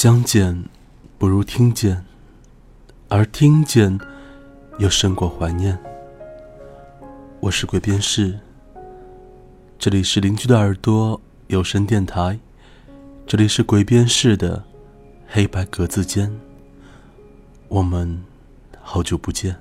相见不如听见，而听见又胜过怀念。我是鬼边士，这里是邻居的耳朵有声电台，这里是鬼边士的黑白格子间，我们好久不见。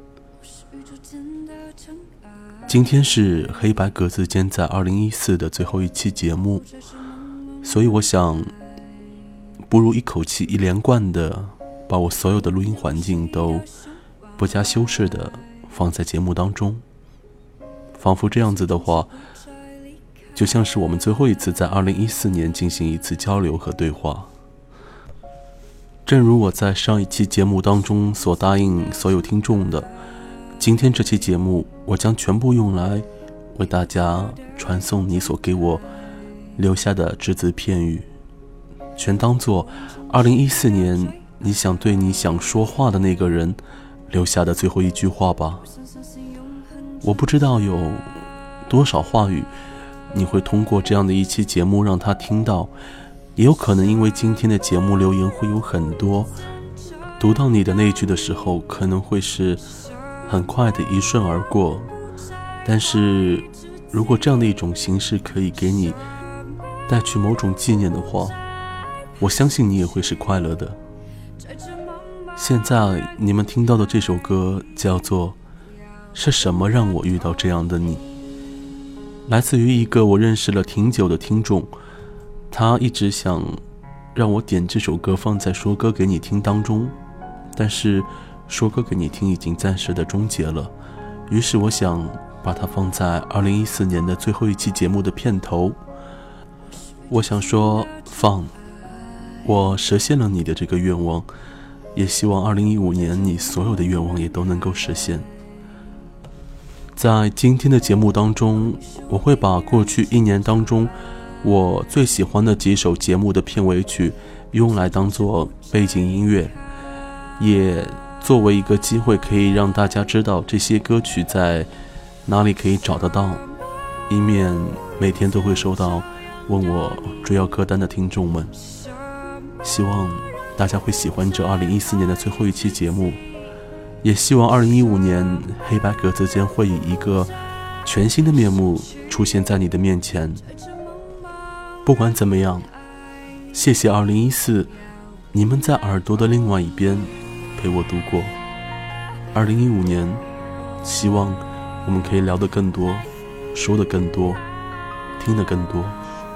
今天是黑白格子间在2014的最后一期节目，所以我想不如一口气一连贯的把我所有的录音环境都不加修饰的放在节目当中，仿佛这样子的话就像是我们最后一次在2014年进行一次交流和对话。正如我在上一期节目当中所答应所有听众的，今天这期节目我将全部用来为大家传送你所给我留下的只字片语，全当作2014年你想对你想说话的那个人留下的最后一句话吧。我不知道有多少话语你会通过这样的一期节目让他听到，也有可能因为今天的节目留言会有很多，读到你的那一句的时候可能会是很快的一瞬而过，但是如果这样的一种形式可以给你带去某种纪念的话，我相信你也会是快乐的。现在你们听到的这首歌叫做是什么让我遇到这样的你，来自于一个我认识了挺久的听众，他一直想让我点这首歌放在说歌给你听当中，但是说歌给你听已经暂时的终结了，于是我想把它放在2014年的最后一期节目的片头。我想说放，我实现了你的这个愿望，也希望2015年你所有的愿望也都能够实现。在今天的节目当中，我会把过去一年当中我最喜欢的几首节目的片尾曲用来当做背景音乐，也作为一个机会可以让大家知道这些歌曲在哪里可以找得到，以免每天都会收到问我追要歌单的听众们。希望大家会喜欢这2014年的最后一期节目，也希望2015年黑白格子间会以一个全新的面目出现在你的面前。不管怎么样，谢谢2014你们在耳朵的另外一边陪我度过。2015年希望我们可以聊得更多，说得更多，听得更多。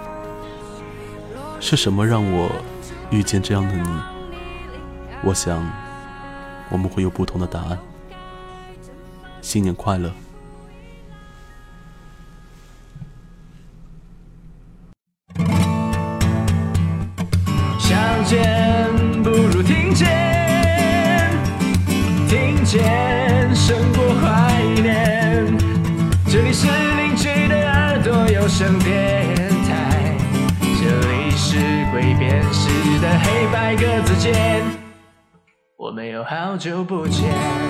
是什么让我遇见这样的你？我想我们会有不同的答案。新年快乐。 相见不如听见，听见胜过怀念。这里是邻居的耳朵有声电台，这里是鬼边士的黑白格子间，我们有好久不见。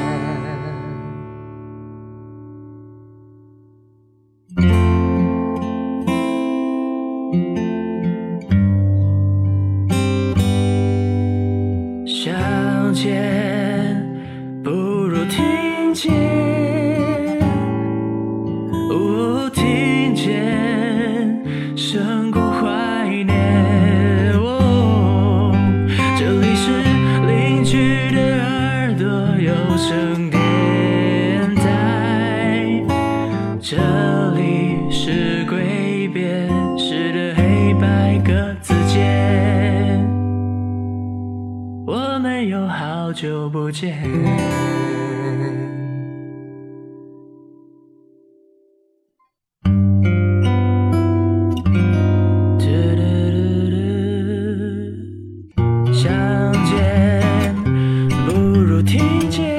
相见不如听见，听见胜过怀念。这里是邻居的耳朵有声电台，这里是鬼边士的黑白格子间，我们有好久不见。相见不如听见，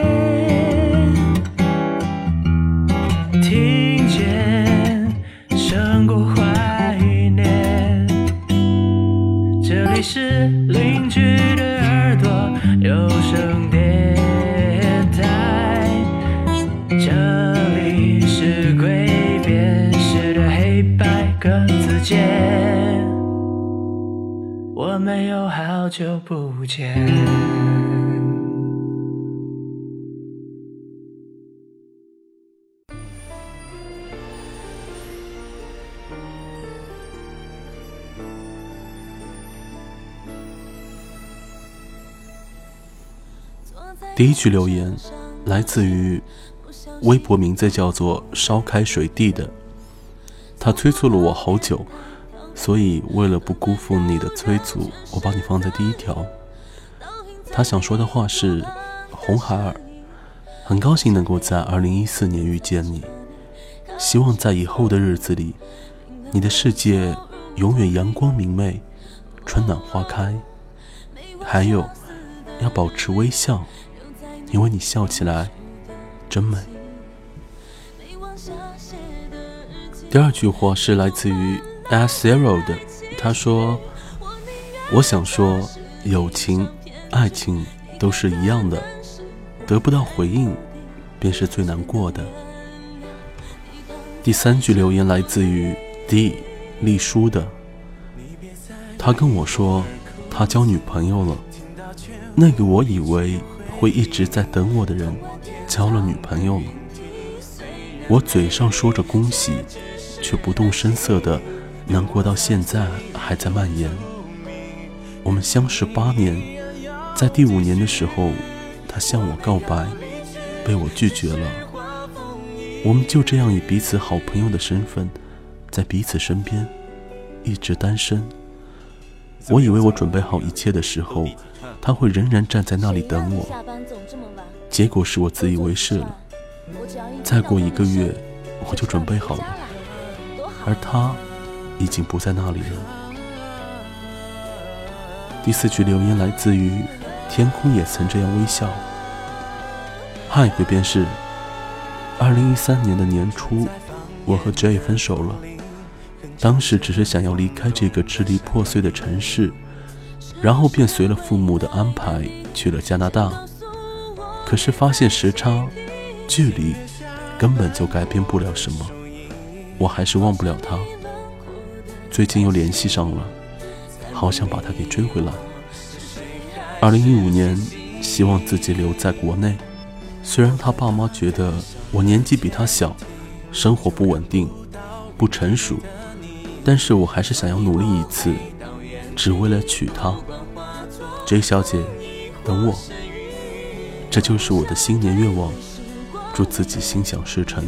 听见胜过怀念。这里是邻居的耳朵有声电台，这里是鬼边士的黑白格子间，我们没有好久不见。 第一句留言来自于微博名字叫做烧开水地的，他催促了我好久，所以为了不辜负你的催促，我把你放在第一条。他想说的话是：红孩儿，很高兴能够在2014年遇见你，希望在以后的日子里，你的世界永远阳光明媚，春暖花开，还有要保持微笑，因为你笑起来真美。第二句话是来自于 S0 的，他说：我想说友情爱情都是一样的，得不到回应便是最难过的。第三句留言来自于 D 丽书的，他跟我说他交女朋友了，那个我以为会一直在等我的人交了女朋友了。我嘴上说着恭喜，却不动声色的难过到现在还在蔓延。我们相识8年，在第5年的时候，他向我告白，被我拒绝了。我们就这样以彼此好朋友的身份，在彼此身边，一直单身。我以为我准备好一切的时候，他会仍然站在那里等我，结果是我自以为是了。再过1个月，我就准备好了，而他已经不在那里了。第4句留言来自于天空也曾这样微笑。下一个便是2013年的年初，我和 J 分手了。当时只是想要离开这个支离破碎的城市，然后便随了父母的安排去了加拿大。可是发现时差距离根本就改变不了什么，我还是忘不了他。最近又联系上了，好想把他给追回来。2015年希望自己留在国内，虽然他爸妈觉得我年纪比他小，生活不稳定不成熟，但是我还是想要努力一次，只为了娶她。 J 小姐等我，这就是我的新年愿望，祝自己心想事成。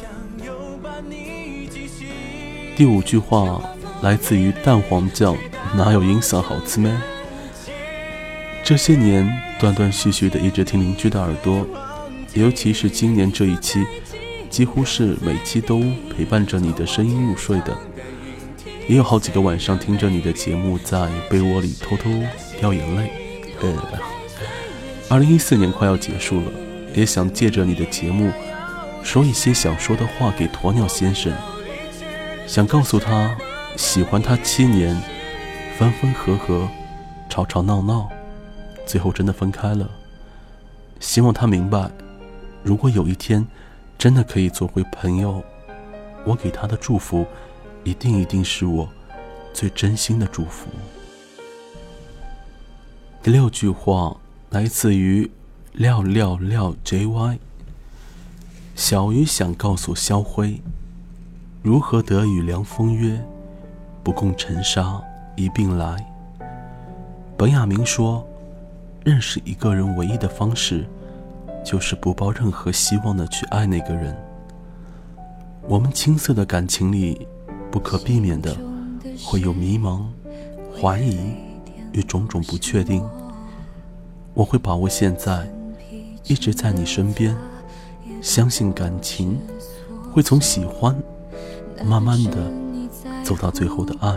第5句话来自于蛋黄酱，哪有音色好吃咩？这些年断断续续的一直听邻居的耳朵，尤其是今年这一期，几乎是每期都陪伴着你的声音入睡的，也有好几个晚上听着你的节目在被窝里偷偷掉眼泪。2014年快要结束了，也想借着你的节目说一些想说的话给鸵鸟先生，想告诉他喜欢他7年，分分合合，吵吵闹闹，最后真的分开了。希望他明白，如果有一天真的可以做回朋友，我给他的祝福一定是我最真心的祝福。第6句话来自于廖 JY。 小鱼想告诉萧辉，如何得与凉风约，不共尘沙一并来。本雅明说，认识一个人唯一的方式，就是不抱任何希望的去爱那个人。我们青涩的感情里，不可避免的会有迷茫、怀疑与种种不确定。我会把握现在，一直在你身边，相信感情会从喜欢慢慢的走到最后的爱。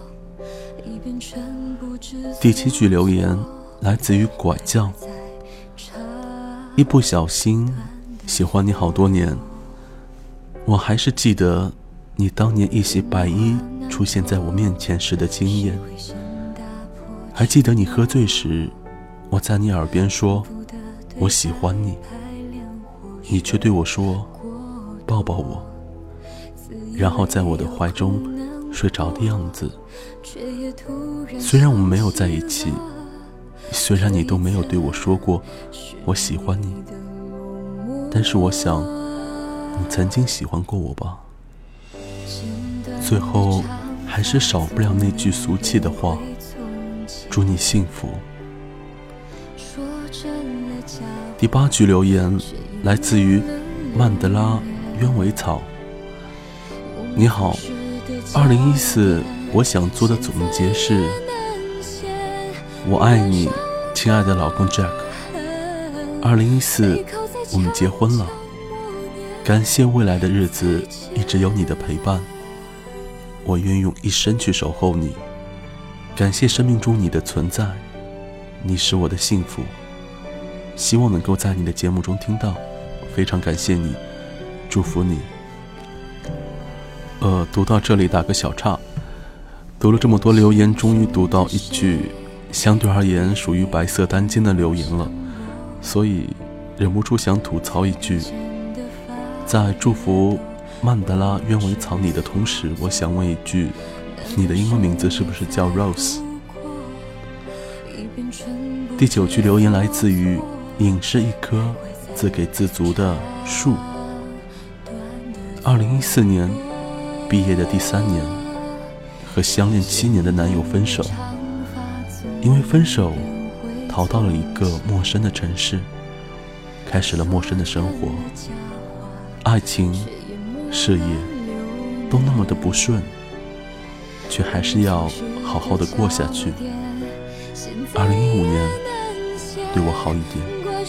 第7句留言来自于拐杖。一不小心喜欢你好多年，我还是记得你当年一袭白衣出现在我面前时的惊艳，还记得你喝醉时我在你耳边说我喜欢你，你却对我说抱抱我，然后在我的怀中睡着的样子。虽然我们没有在一起，虽然你都没有对我说过我喜欢你，但是我想你曾经喜欢过我吧。最后还是少不了那句俗气的话，祝你幸福。第8句留言来自于曼德拉鸢尾草。你好，2014我想做的总结是：我爱你，亲爱的老公 Jack。2014我们结婚了，感谢未来的日子一直有你的陪伴，我愿用一生去守候你。感谢生命中你的存在，你是我的幸福，希望能够在你的节目中听到，非常感谢你，祝福你。读到这里打个小岔，读了这么多留言，终于读到一句相对而言属于白色单间的留言了，所以忍不住想吐槽一句。在祝福曼德拉鸢尾草你的同时，我想问一句，你的英文名字是不是叫 Rose？ 第9句留言来自于影是一棵自给自足的树。2014年毕业的第3年，和相恋7年的男友分手，因为分手逃到了一个陌生的城市，开始了陌生的生活，爱情事业都那么的不顺，却还是要好好的过下去。2015年对我好一点。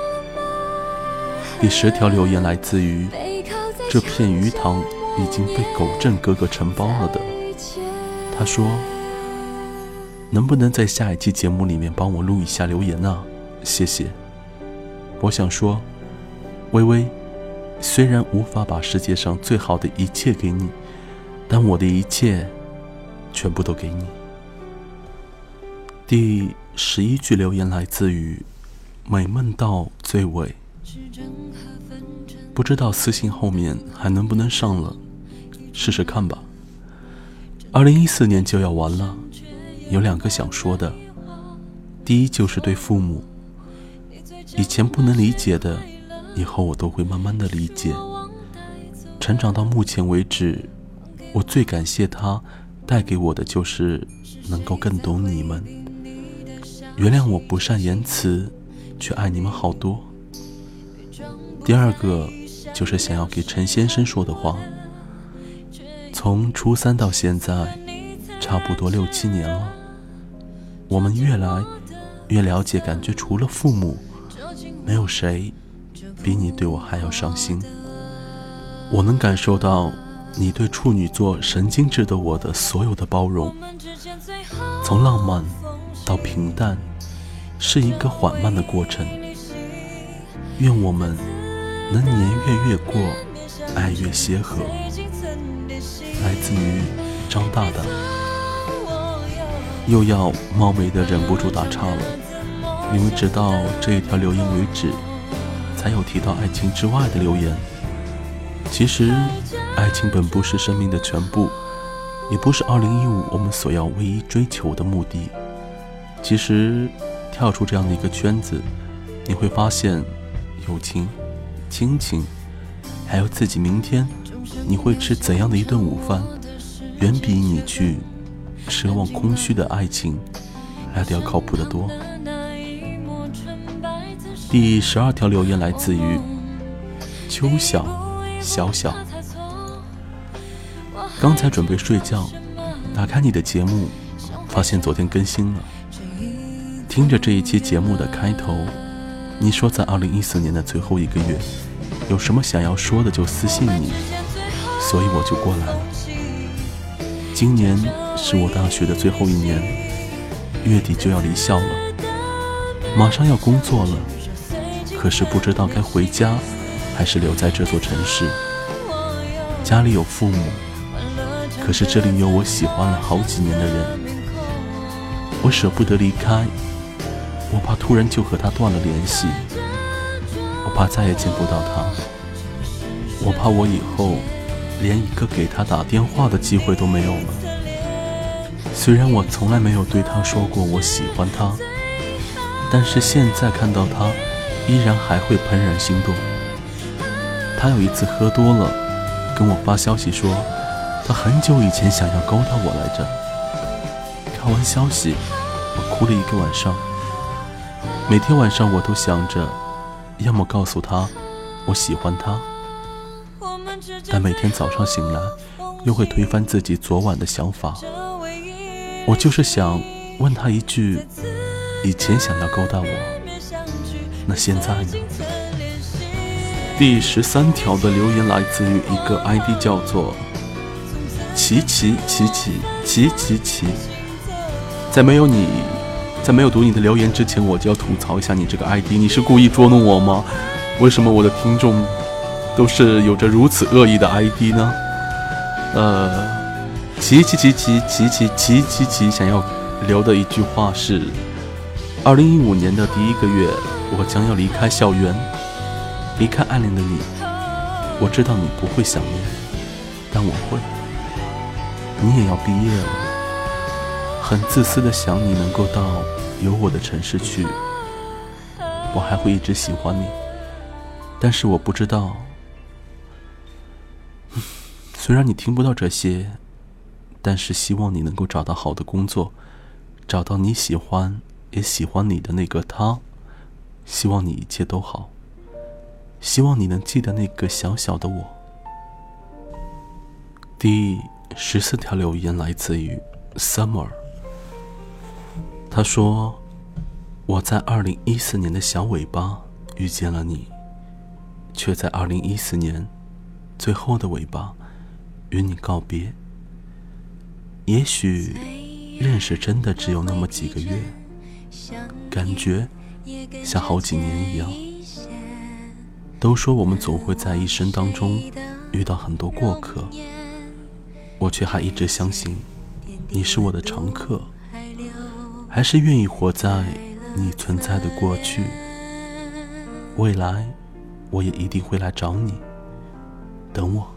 第10条留言来自于这片鱼塘已经被狗镇哥哥承包了的。他说，能不能在下一期节目里面帮我录一下留言啊？谢谢。我想说，微微，虽然无法把世界上最好的一切给你，但我的一切全部都给你。第11句留言来自于美梦到最尾。不知道私信后面还能不能上了，试试看吧。2014年就要完了，有2个想说的。第一就是对父母，以前不能理解的，以后我都会慢慢的理解。成长到目前为止，我最感谢他带给我的就是能够更懂你们。原谅我不善言辞，却爱你们好多。第2个就是想要给陈先生说的话。从初3到现在，差不多6、7年了，我们越来越了解，感觉除了父母，没有谁比你对我还要上心。我能感受到你对处女座神经质的我的所有的包容，从浪漫到平淡，是一个缓慢的过程。愿我们能年月越过，爱越协和。来自于张大大。又要冒昧的忍不住打岔了，因为直到这一条留言为止，才有提到爱情之外的留言。其实爱情本不是生命的全部，也不是2015我们所要唯一追求的目的。其实跳出这样的一个圈子，你会发现友情、亲情，还有自己明天你会吃怎样的一顿午饭，远比你去奢望空虚的爱情来得要靠谱得多。第12条留言来自于秋晓小小。刚才准备睡觉，打开你的节目，发现昨天更新了。听着这一期节目的开头，你说在2014年的最后1个月，有什么想要说的就私信你，所以我就过来了。今年是我大学的最后1年，月底就要离校了，马上要工作了，可是不知道该回家还是留在这座城市。家里有父母，可是这里有我喜欢了好几年的人，我舍不得离开，我怕突然就和他断了联系，我怕再也见不到他，我怕我以后连一个给他打电话的机会都没有了。虽然我从来没有对他说过我喜欢他，但是现在看到他依然还会怦然心动。他有一次喝多了跟我发消息说他很久以前想要勾搭我来着。看完消息我哭了一个晚上，每天晚上我都想着要么告诉他我喜欢他，但每天早上醒来又会推翻自己昨晚的想法。我就是想问他一句，以前想要勾搭我，那现在呢？第13条的留言来自于一个 ID 叫做琪琪琪琪琪琪琪。在没有读你的留言之前，我就要吐槽一下你这个 ID， 你是故意捉弄我吗？为什么我的听众都是有着如此恶意的 ID 呢？琪琪想要留的一句话是：2015年的第一个月，我将要离开校园，离开暗恋的你。我知道你不会想念，但我会。你也要毕业了，很自私的想你能够到有我的城市去，我还会一直喜欢你。但是我不知道，虽然你听不到这些，但是希望你能够找到好的工作，找到你喜欢也喜欢你的那个他，希望你一切都好，希望你能记得那个小小的我。第14条留言来自于 Summer， 他说我在2014年的小尾巴遇见了你，却在2014年最后的尾巴与你告别。也许认识真的只有那么几个月，感觉像好几年一样。都说我们总会在一生当中遇到很多过客，我却还一直相信你是我的常客，还是愿意活在你存在的过去。未来我也一定会来找你，等我。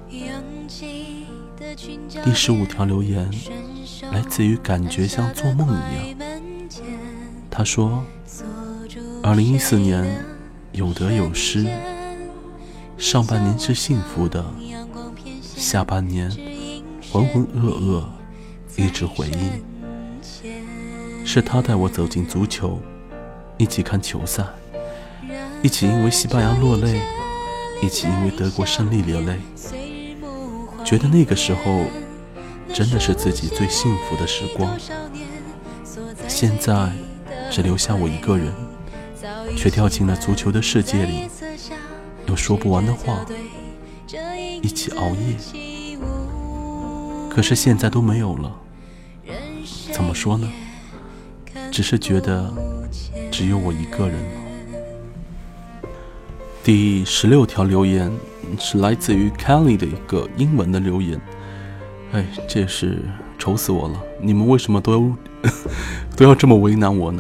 第15条留言来自于感觉像做梦一样，他说2014年有得有失，上半年是幸福的，下半年浑浑噩噩，一直回忆。是他带我走进足球，一起看球赛，一起因为西班牙落泪，一起因为德国胜利流泪。觉得那个时候真的是自己最幸福的时光。现在只留下我一个人，却掉进了足球的世界里，有说不完的话，一起熬夜。可是现在都没有了，怎么说呢？只是觉得只有我一个人了。第16条留言是来自于 Kelly 的一个英文的留言，这也是愁死我了，你们为什么都要这么为难我呢？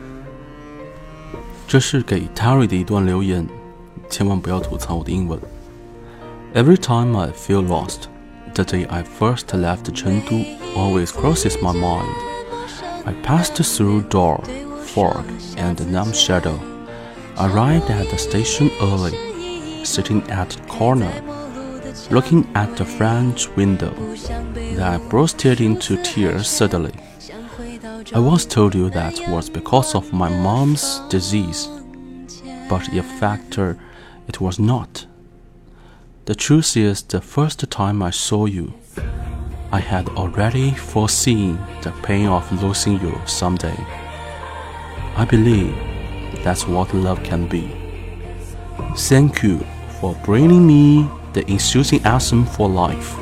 这是给 Terry 的一段留言，千万不要吐槽我的英文。Every time I feel lost, the day I first left Chengdu always crosses my mind. I passed through door, fog, and Namshadow. I arrived at the station early, sitting at the corner, looking at the French window. Then I burst into tears suddenly. I once told you that was because of my mom's disease, but in fact it was not. The truth is, the first time I saw you, I had already foreseen the pain of losing you someday. I believe that's what love can be. Thank you for bringing me the enthusiasm for life.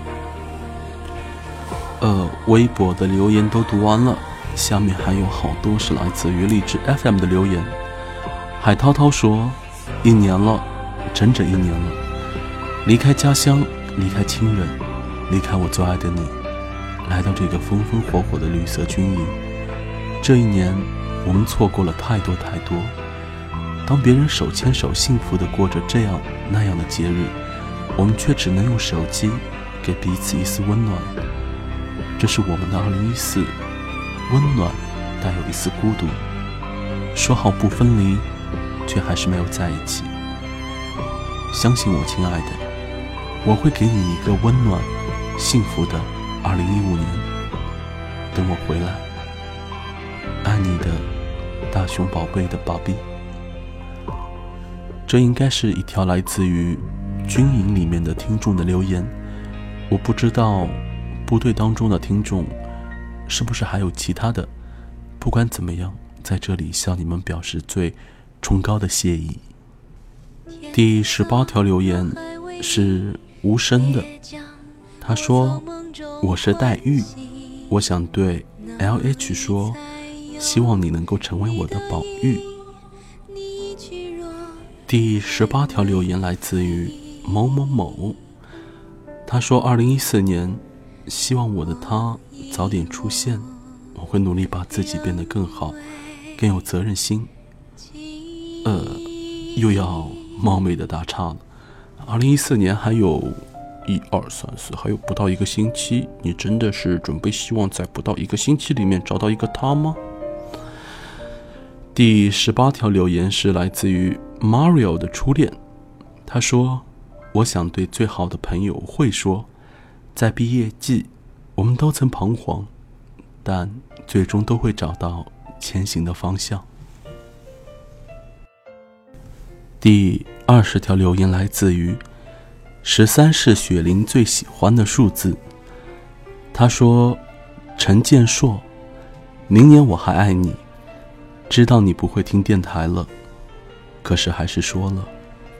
微博的留言都读完了，下面还有好多是来自于荔枝 FM 的留言。海涛涛说，1年了，整整1年了，离开家乡，离开亲人，离开我最爱的你，来到这个风风火火的绿色军营。这1年我们错过了太多太多，当别人手牵手幸福地过着这样那样的节日， 我们却只能用手机给彼此一丝温暖。这是我们的2014，温暖带有一丝孤独，说好不分离，却还是没有在一起。相信我，亲爱的，我会给你一个温暖幸福的2015年。等我回来，爱你的大熊宝贝的爸比。这应该是一条来自于军营里面的听众的留言，我不知道部队当中的听众是不是还有其他的。不管怎么样，在这里向你们表示最崇高的谢意。第18条留言是无声的，他说：我是黛玉，我想对 LH 说，希望你能够成为我的宝玉。第18条留言来自于某某某，他说2014年希望我的他早点出现，我会努力把自己变得更好，更有责任心。又要冒昧的打岔了。2014年还有1、2、3、4，还有不到1个星期，你真的是准备希望在不到1个星期里面找到一个他吗？第18条留言是来自于 Mario 的初恋，他说：我想对最好的朋友会说，在毕业季我们都曾彷徨，但最终都会找到前行的方向。第20条留言来自于13是雪玲最喜欢的数字，他说：陈建硕，明年我还爱你，知道你不会听电台了，可是还是说了。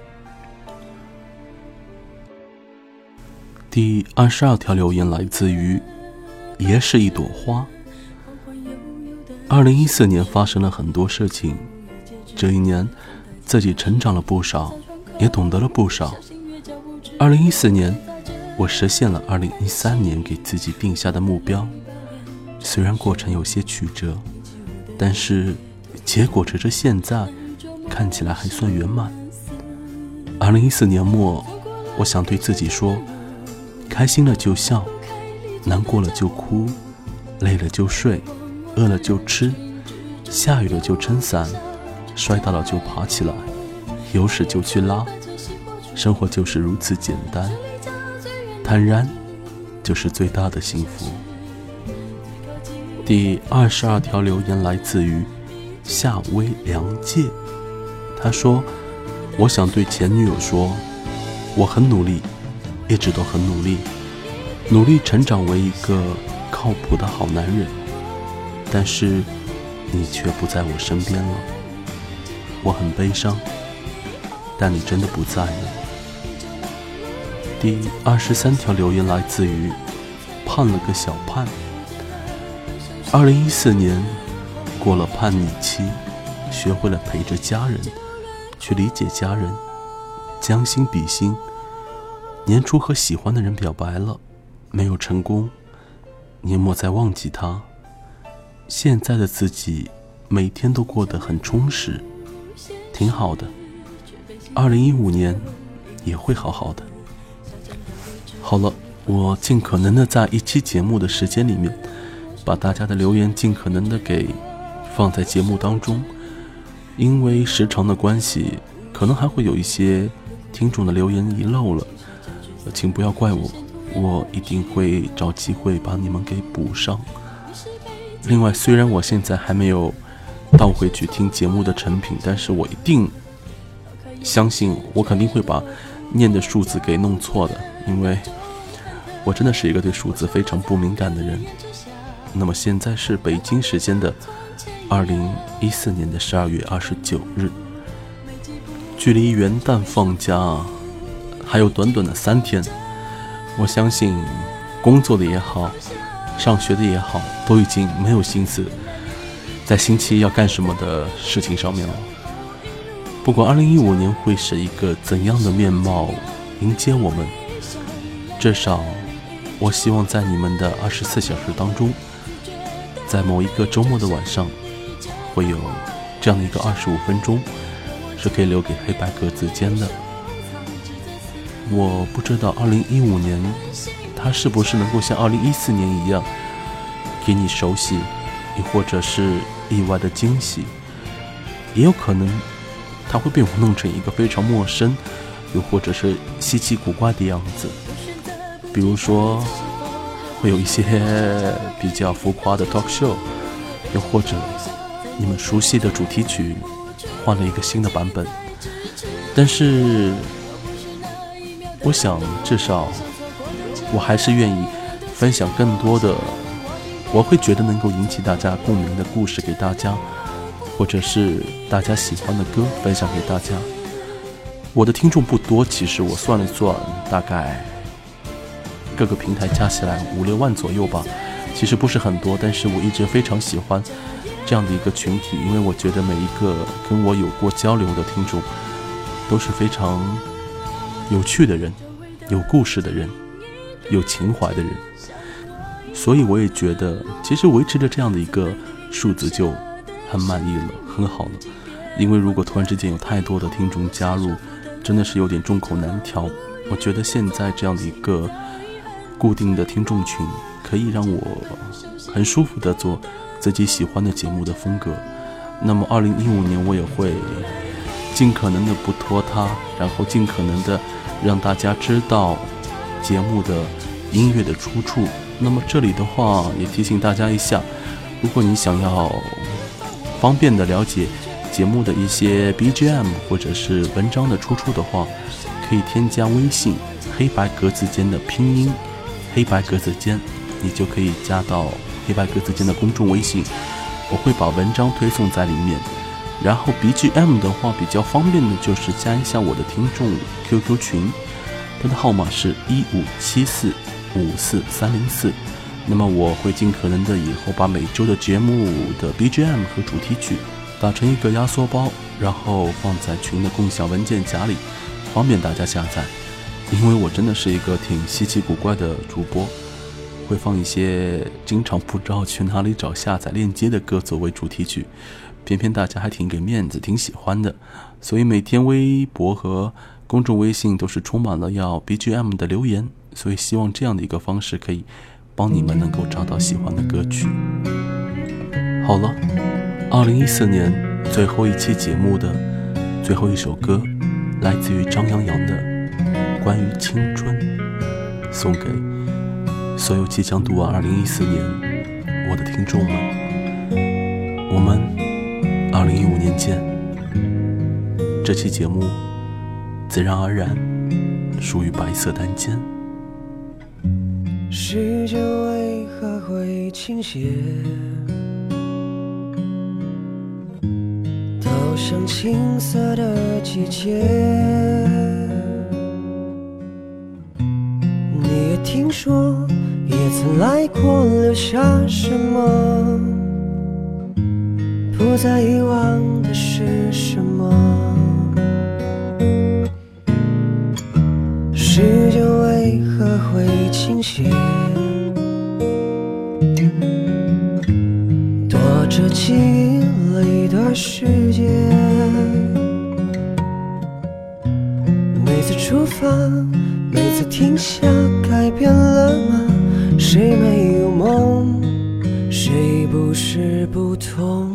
第22条留言来自于也是一朵花。2014年发生了很多事情，这一年自己成长了不少，也懂得了不少。2014年我实现了2013年给自己定下的目标，虽然过程有些曲折，但是结果直至现在看起来还算圆满。2014年末，我想对自己说，开心了就笑，难过了就哭，累了就睡，饿了就吃，下雨了就撑伞，摔倒了就爬起来，有屎就去拉，生活就是如此简单，坦然就是最大的幸福。第22条留言来自于夏威良介，他说：我想对前女友说，我很努力，一直都很努力，努力成长为一个靠谱的好男人，但是你却不在我身边了，我很悲伤，但你真的不在了。第23条留言来自于盼了个小盼。2014年过了叛逆期，学会了陪着家人，去理解家人，将心比心。年初和喜欢的人表白了，没有成功，年末再忘记他。现在的自己每天都过得很充实，挺好的。2015年也会好好的。好了，我尽可能的在一期节目的时间里面，把大家的留言尽可能的给放在节目当中。因为时长的关系，可能还会有一些听众的留言遗漏了，请不要怪我，我一定会找机会把你们给补上。另外，虽然我现在还没有倒回去听节目的成品，但是我一定相信我肯定会把念的数字给弄错的，因为我真的是一个对数字非常不敏感的人。那么现在是北京时间的2014年的12月29日，距离元旦放假还有短短的3天，我相信工作的也好，上学的也好，都已经没有心思在星期要干什么的事情上面了。不管2015年会是一个怎样的面貌迎接我们，至少我希望在你们的24小时当中，在某一个周末的晚上，会有这样的一个25分钟是可以留给黑白格子间的。 我不知道2015年它是不是能够像2014年一样给你熟悉，亦或者是意外的惊喜，也有可能它会被我弄成一个非常陌生又或者是稀奇古怪的样子。比如说会有一些比较浮夸的 talk show， 又或者你们熟悉的主题曲换了一个新的版本。但是我想至少我还是愿意分享更多的我会觉得能够引起大家共鸣的故事给大家，或者是大家喜欢的歌分享给大家。我的听众不多，其实我算了算，大概各个平台加起来5-6万左右吧，其实不是很多，但是我一直非常喜欢这样的一个群体，因为我觉得每一个跟我有过交流的听众都是非常有趣的人，有故事的人，有情怀的人，所以我也觉得其实维持着这样的一个数字就很满意了，很好了。因为如果突然之间有太多的听众加入，真的是有点众口难调。我觉得现在这样的一个固定的听众群可以让我很舒服的做自己喜欢的节目的风格。那么2015年我也会尽可能的不拖沓，然后尽可能的让大家知道节目的音乐的出处。那么这里的话也提醒大家一下，如果你想要方便的了解节目的一些 BGM 或者是文章的出处的话，可以添加微信黑白格子间的拼音黑白格子间，你就可以加到黑白格子间的公众微信，我会把文章推送在里面。然后 BGM 的话比较方便的就是加一下我的听众 QQ 群，它的号码是157454304。那么我会尽可能的以后把每周的节目的 BGM 和主题曲打成一个压缩包，然后放在群的共享文件夹里，方便大家下载。因为我真的是一个挺稀奇古怪的主播，会放一些经常不知道去哪里找下载链接的歌作为主题曲，偏偏大家还挺给面子，挺喜欢的。所以每天微博和公众微信都是充满了要 BGM 的留言，所以希望这样的一个方式可以帮你们能够找到喜欢的歌曲。好了，2014年最后一期节目的最后一首歌来自于张阳阳的《关于青春》，送给所有即将读完2014年我的听众们。我们2015年见。这期节目自然而然属于白色单间。 世界为何会倾斜，都像青涩的季节。你也听说，也曾来过，留下什么？不再遗忘的是什么？世界为何会倾斜？躲着记忆里的世界。每次出发，每次停下，改变了吗？谁没有梦？谁不是不同？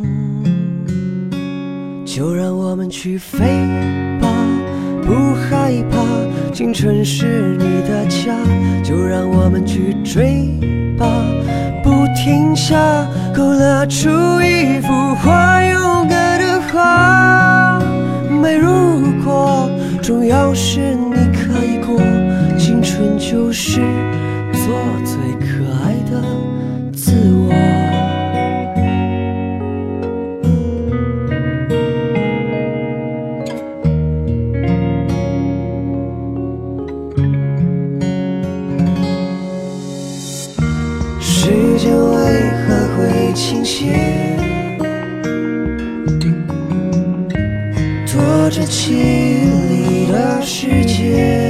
就让我们去飞吧，不害怕，青春是你的家。就让我们去追吧，不停下，勾勒出一幅画，勇敢的画。没如果，重要是你可以过，青春就是做最可爱的自我。世界为何会倾斜？躲着记忆里的世界。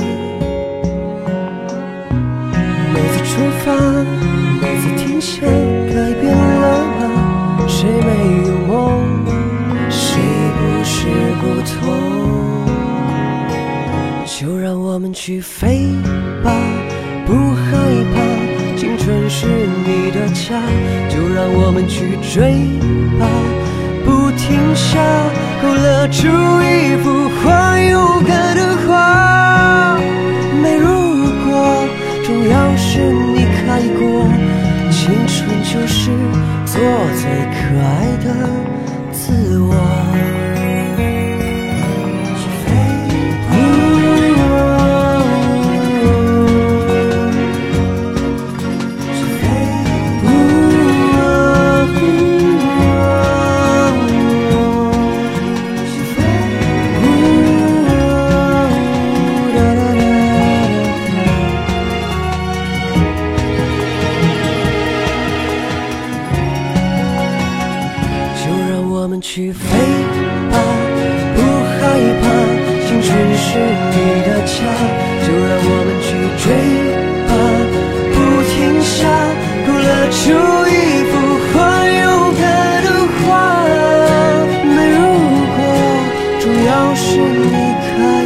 每次出发，每次停下，改变了吗？谁没有梦？谁不是不同？就让我们去飞吧，不害怕，青春是你的家，就让我们去追吧，不停下，勾勒出一幅画，勇敢的画。没如果，重要是你开过，青春就是做最可爱的自我。去飞吧，不害怕，青春是你的家，就让我们去追吧，不停下，勾勒出一幅画，勇敢的画。没如果，重要是你开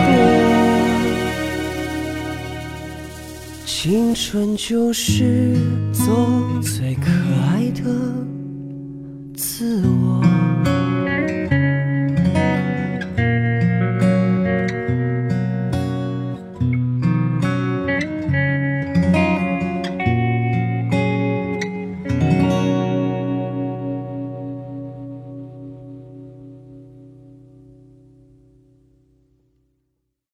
过，青春就是做最可爱的自我。